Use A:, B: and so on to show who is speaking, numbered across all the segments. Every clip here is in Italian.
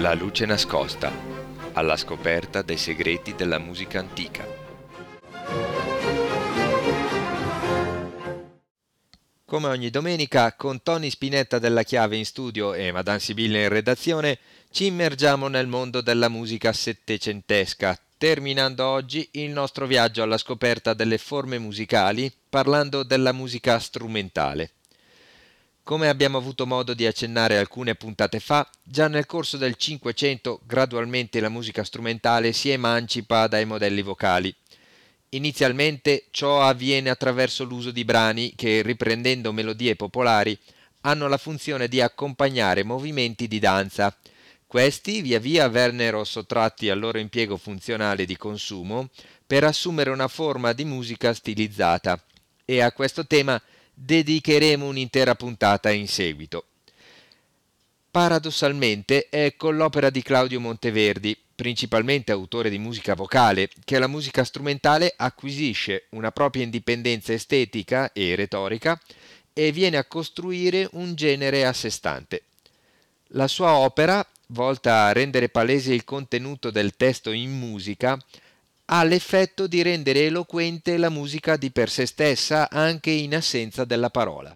A: La luce nascosta, alla scoperta dei segreti della musica antica. Come ogni domenica, con Tony Spinetta della Chiave in studio e Madame Sibilla in redazione, ci immergiamo nel mondo della musica settecentesca, terminando oggi il nostro viaggio alla scoperta delle forme musicali, parlando della musica strumentale. Come abbiamo avuto modo di accennare alcune puntate fa, già nel corso del Cinquecento gradualmente la musica strumentale si emancipa dai modelli vocali. Inizialmente ciò avviene attraverso l'uso di brani che, riprendendo melodie popolari, hanno la funzione di accompagnare movimenti di danza. Questi via via vennero sottratti al loro impiego funzionale di consumo per assumere una forma di musica stilizzata. E a questo tema dedicheremo un'intera puntata in seguito. Paradossalmente è con l'opera di Claudio Monteverdi, principalmente autore di musica vocale, che la musica strumentale acquisisce una propria indipendenza estetica e retorica e viene a costruire un genere a sé stante. La sua opera, volta a rendere palese il contenuto del testo in musica, ha l'effetto di rendere eloquente la musica di per sé stessa anche in assenza della parola.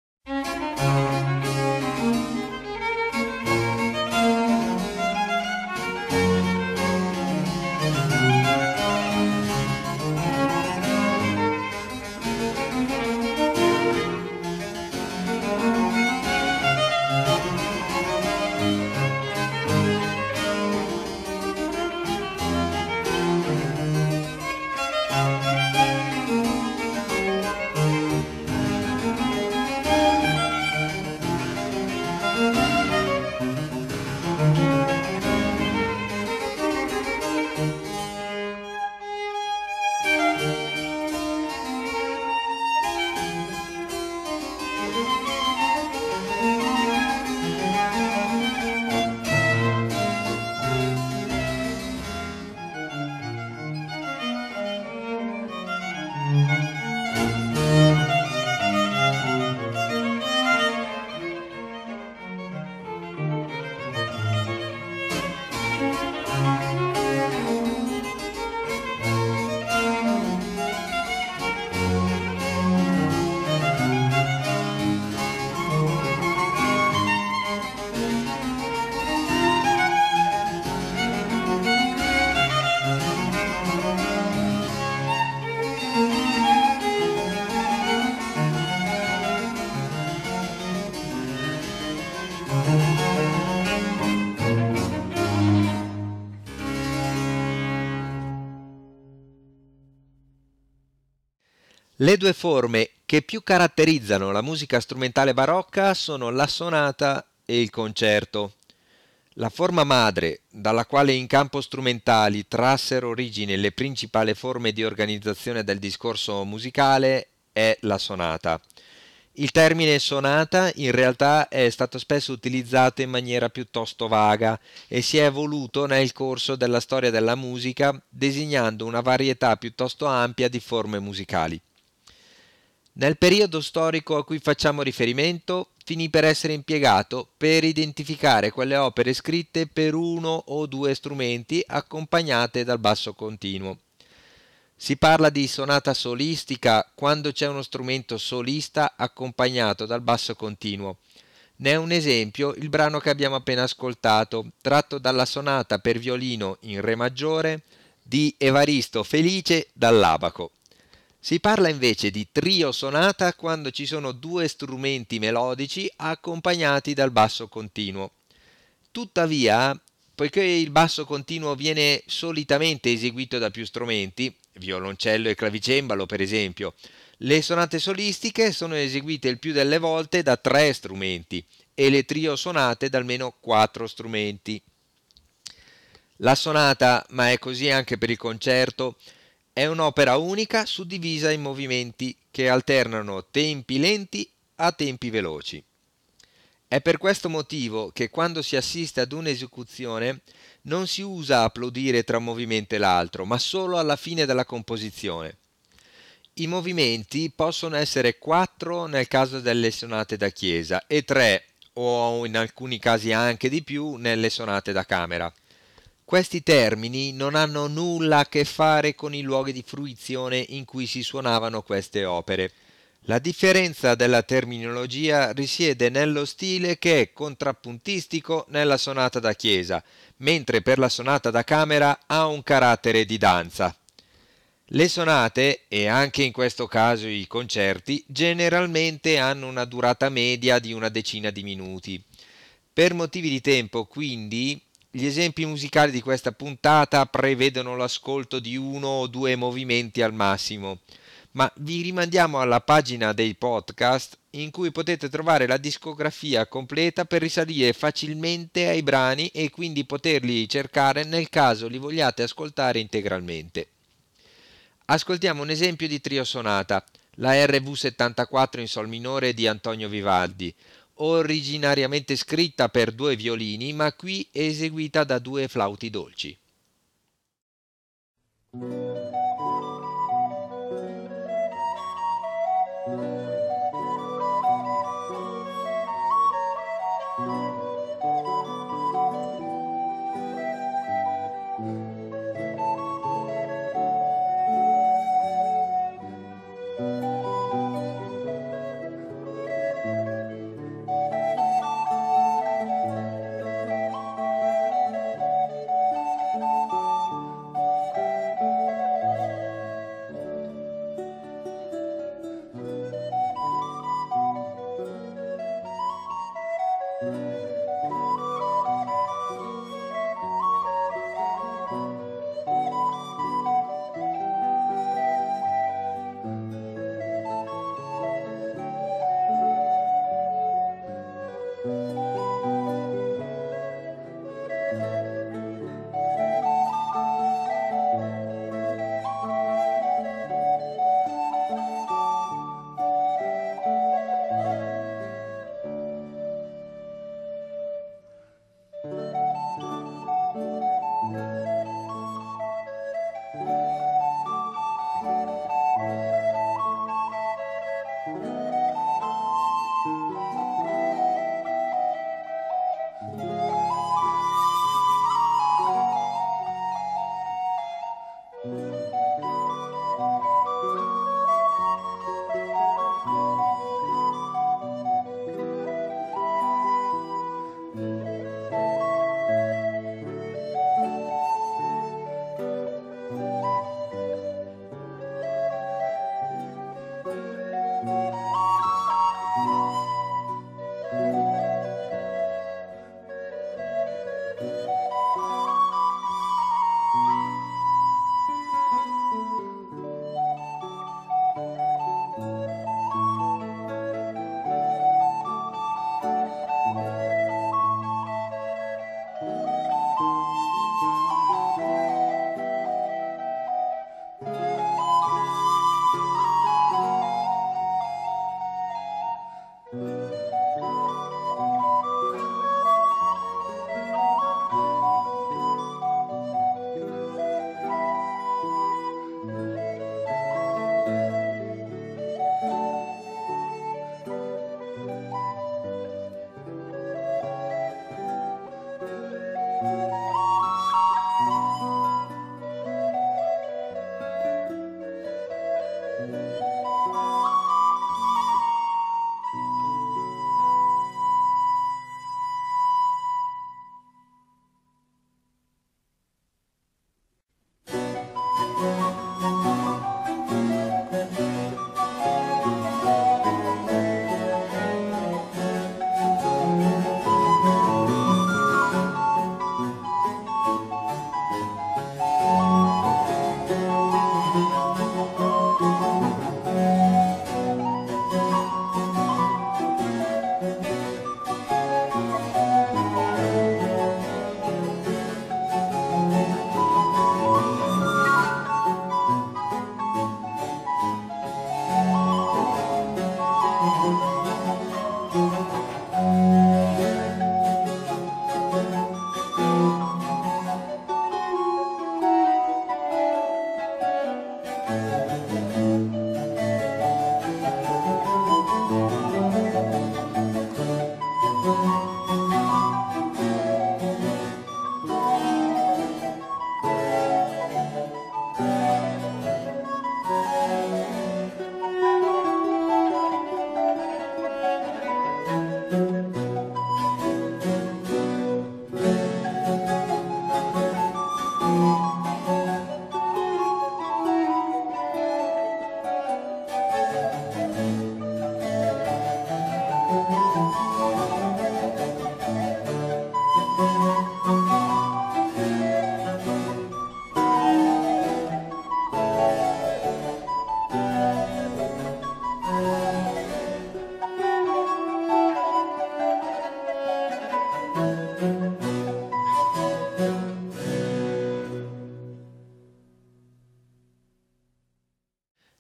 A: Le due forme che più caratterizzano la musica strumentale barocca sono la sonata e il concerto. La forma madre, dalla quale in campo strumentali trassero origine le principali forme di organizzazione del discorso musicale, è la sonata. Il termine sonata in realtà è stato spesso utilizzato in maniera piuttosto vaga e si è evoluto nel corso della storia della musica, designando una varietà piuttosto ampia di forme musicali. Nel periodo storico a cui facciamo riferimento, finì per essere impiegato per identificare quelle opere scritte per uno o due strumenti accompagnate dal basso continuo. Si parla di sonata solistica quando c'è uno strumento solista accompagnato dal basso continuo. Ne è un esempio il brano che abbiamo appena ascoltato, tratto dalla sonata per violino in re maggiore di Evaristo Felice dall'Abaco. Si parla invece di trio sonata quando ci sono due strumenti melodici accompagnati dal basso continuo. Tuttavia, poiché il basso continuo viene solitamente eseguito da più strumenti, violoncello e clavicembalo per esempio, le sonate solistiche sono eseguite il più delle volte da 3 strumenti e le trio sonate da almeno 4 strumenti. La sonata, ma è così anche per il concerto, è un'opera unica suddivisa in movimenti che alternano tempi lenti a tempi veloci. È per questo motivo che quando si assiste ad un'esecuzione non si usa applaudire tra un movimento e l'altro, ma solo alla fine della composizione. I movimenti possono essere 4 nel caso delle sonate da chiesa e 3 o in alcuni casi anche di più nelle sonate da camera. Questi termini non hanno nulla a che fare con i luoghi di fruizione in cui si suonavano queste opere. La differenza della terminologia risiede nello stile che è contrappuntistico nella sonata da chiesa, mentre per la sonata da camera ha un carattere di danza. Le sonate, e anche in questo caso i concerti, generalmente hanno una durata media di una decina di minuti. Per motivi di tempo, quindi, gli esempi musicali di questa puntata prevedono l'ascolto di uno o due movimenti al massimo, ma vi rimandiamo alla pagina dei podcast in cui potete trovare la discografia completa per risalire facilmente ai brani e quindi poterli cercare nel caso li vogliate ascoltare integralmente. Ascoltiamo un esempio di trio sonata, la RV 74 in sol minore di Antonio Vivaldi, originariamente scritta per due violini, ma qui eseguita da due flauti dolci.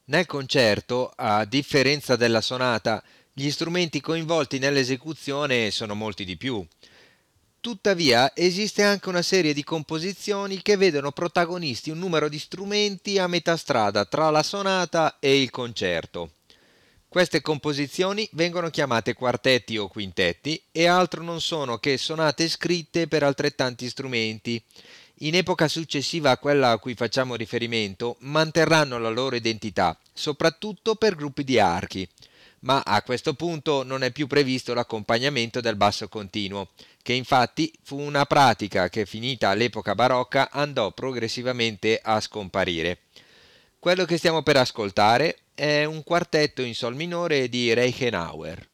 A: Nel concerto, a differenza della sonata, gli strumenti coinvolti nell'esecuzione sono molti di più. Tuttavia, esiste anche una serie di composizioni che vedono protagonisti un numero di strumenti a metà strada tra la sonata e il concerto. Queste composizioni vengono chiamate quartetti o quintetti e altro non sono che sonate scritte per altrettanti strumenti. In epoca successiva a quella a cui facciamo riferimento, manterranno la loro identità, soprattutto per gruppi di archi, ma a questo punto non è più previsto l'accompagnamento del basso continuo, che infatti fu una pratica che finita all'epoca barocca andò progressivamente a scomparire. Quello che stiamo per ascoltare è un quartetto in sol minore di Reichenauer.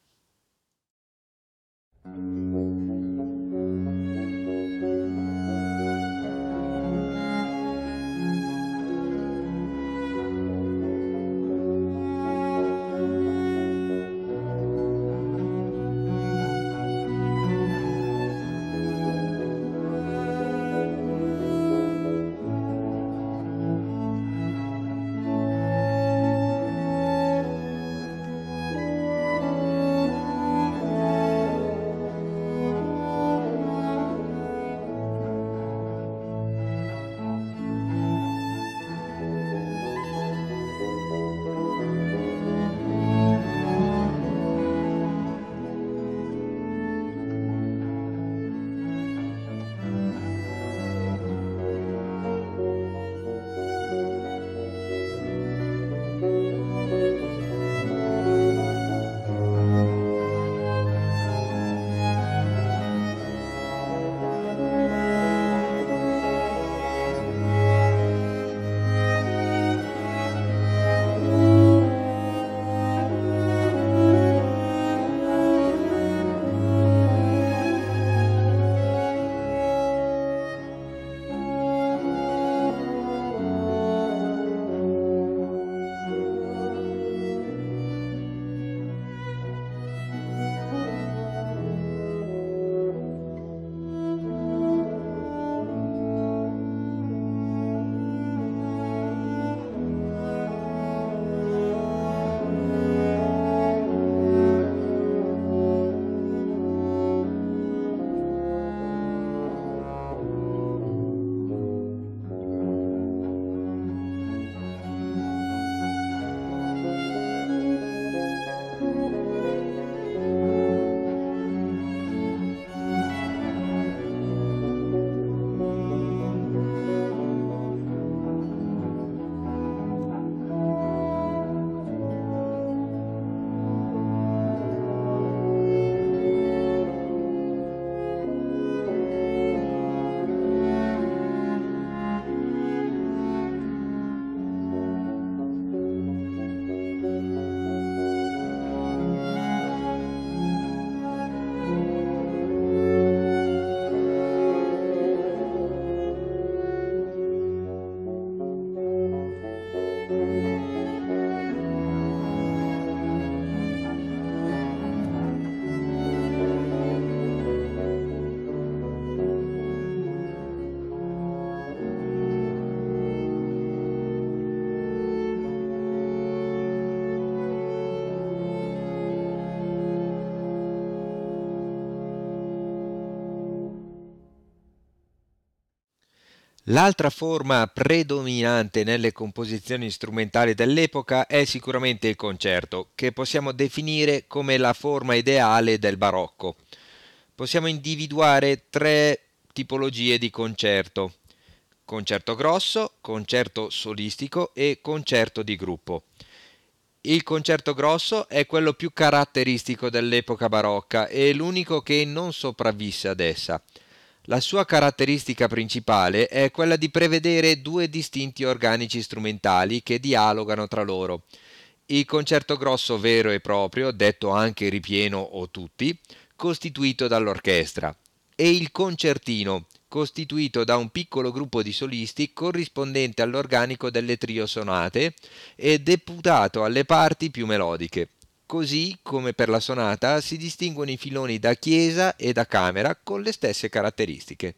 A: L'altra forma predominante nelle composizioni strumentali dell'epoca è sicuramente il concerto, che possiamo definire come la forma ideale del barocco. Possiamo individuare tre tipologie di concerto: concerto grosso, concerto solistico e concerto di gruppo. Il concerto grosso è quello più caratteristico dell'epoca barocca e l'unico che non sopravvisse ad essa. La sua caratteristica principale è quella di prevedere due distinti organici strumentali che dialogano tra loro. Il concerto grosso vero e proprio, detto anche ripieno o tutti, costituito dall'orchestra, e il concertino, costituito da un piccolo gruppo di solisti corrispondente all'organico delle trio sonate e deputato alle parti più melodiche. Così come per la sonata si distinguono i filoni da chiesa e da camera con le stesse caratteristiche.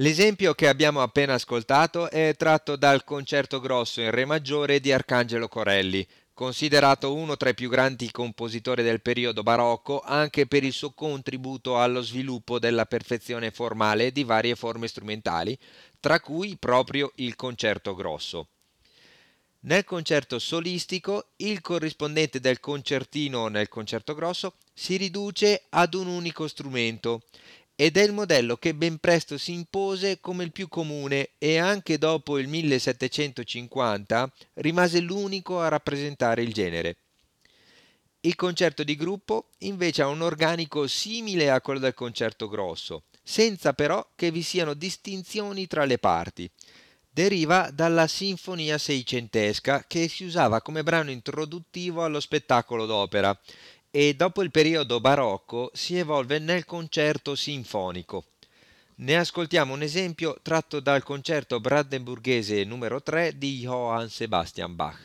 A: L'esempio che abbiamo appena ascoltato è tratto dal Concerto grosso in Re maggiore di Arcangelo Corelli, considerato uno tra i più grandi compositori del periodo barocco anche per il suo contributo allo sviluppo della perfezione formale di varie forme strumentali, tra cui proprio il Concerto grosso. Nel concerto solistico, il corrispondente del concertino nel concerto grosso si riduce ad un unico strumento ed è il modello che ben presto si impose come il più comune e anche dopo il 1750 rimase l'unico a rappresentare il genere. Il concerto di gruppo invece ha un organico simile a quello del concerto grosso, senza però che vi siano distinzioni tra le parti. Deriva dalla sinfonia seicentesca che si usava come brano introduttivo allo spettacolo d'opera e dopo il periodo barocco si evolve nel concerto sinfonico. Ne ascoltiamo un esempio tratto dal concerto brandeburghese numero 3 di Johann Sebastian Bach.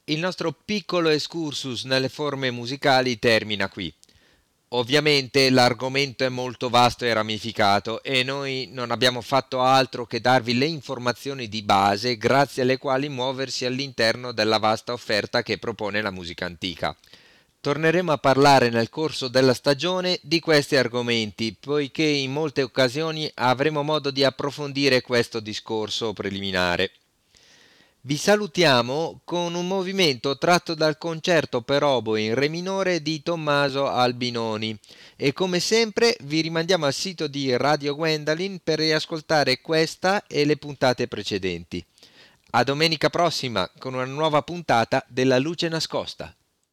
A: il nostro piccolo excursus nelle forme musicali termina qui. Ovviamente l'argomento è molto vasto e ramificato e noi non abbiamo fatto altro che darvi le informazioni di base grazie alle quali muoversi all'interno della vasta offerta che propone la musica antica. Torneremo a parlare nel corso della stagione di questi argomenti, poiché in molte occasioni avremo modo di approfondire questo discorso preliminare. Vi salutiamo con un movimento tratto dal concerto per oboe in re minore di Tommaso Albinoni e come sempre vi rimandiamo al sito di Radio Gwendolyn per riascoltare questa e le puntate precedenti. A domenica prossima con una nuova puntata della Luce Nascosta.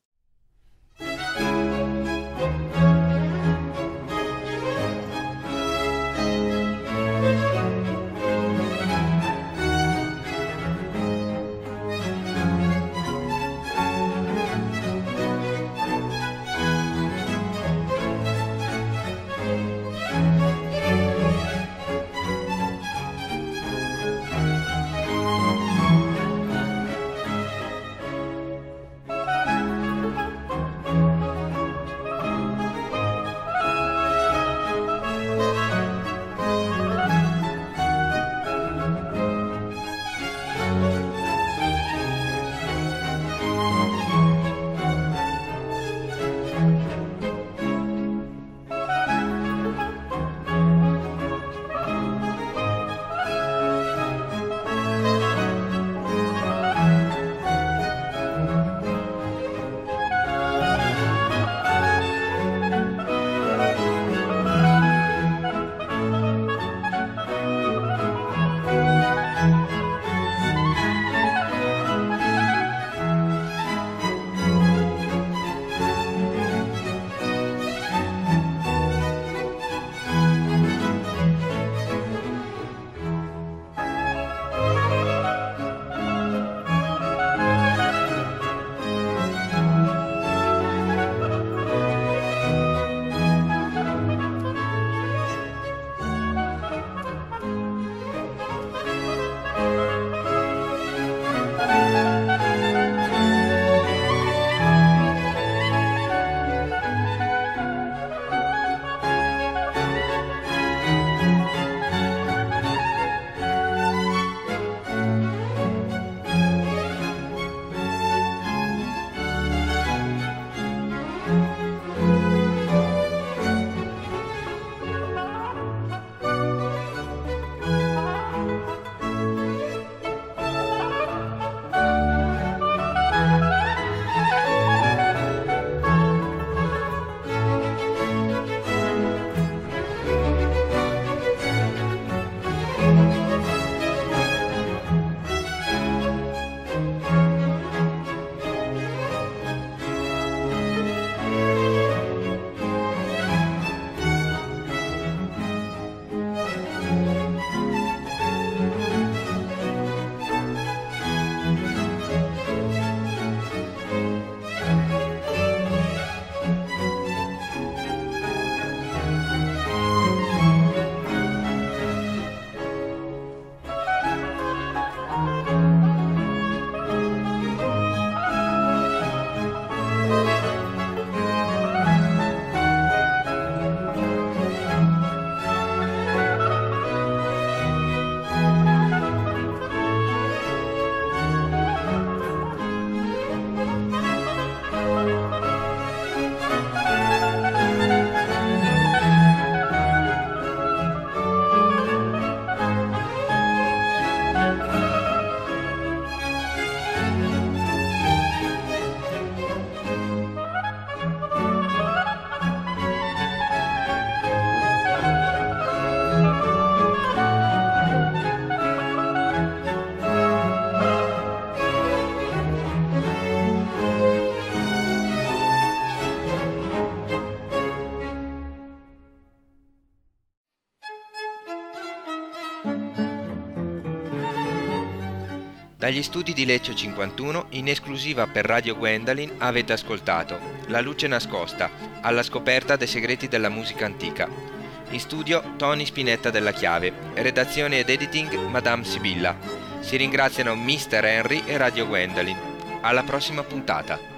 A: Dagli studi di Lecce 51, in esclusiva per Radio Gwendolyn, avete ascoltato La luce nascosta, alla scoperta dei segreti della musica antica. In studio Tony Spinetta della Chiave, redazione ed editing Madame Sibilla. Si ringraziano Mr. Henry e Radio Gwendolyn. Alla prossima puntata.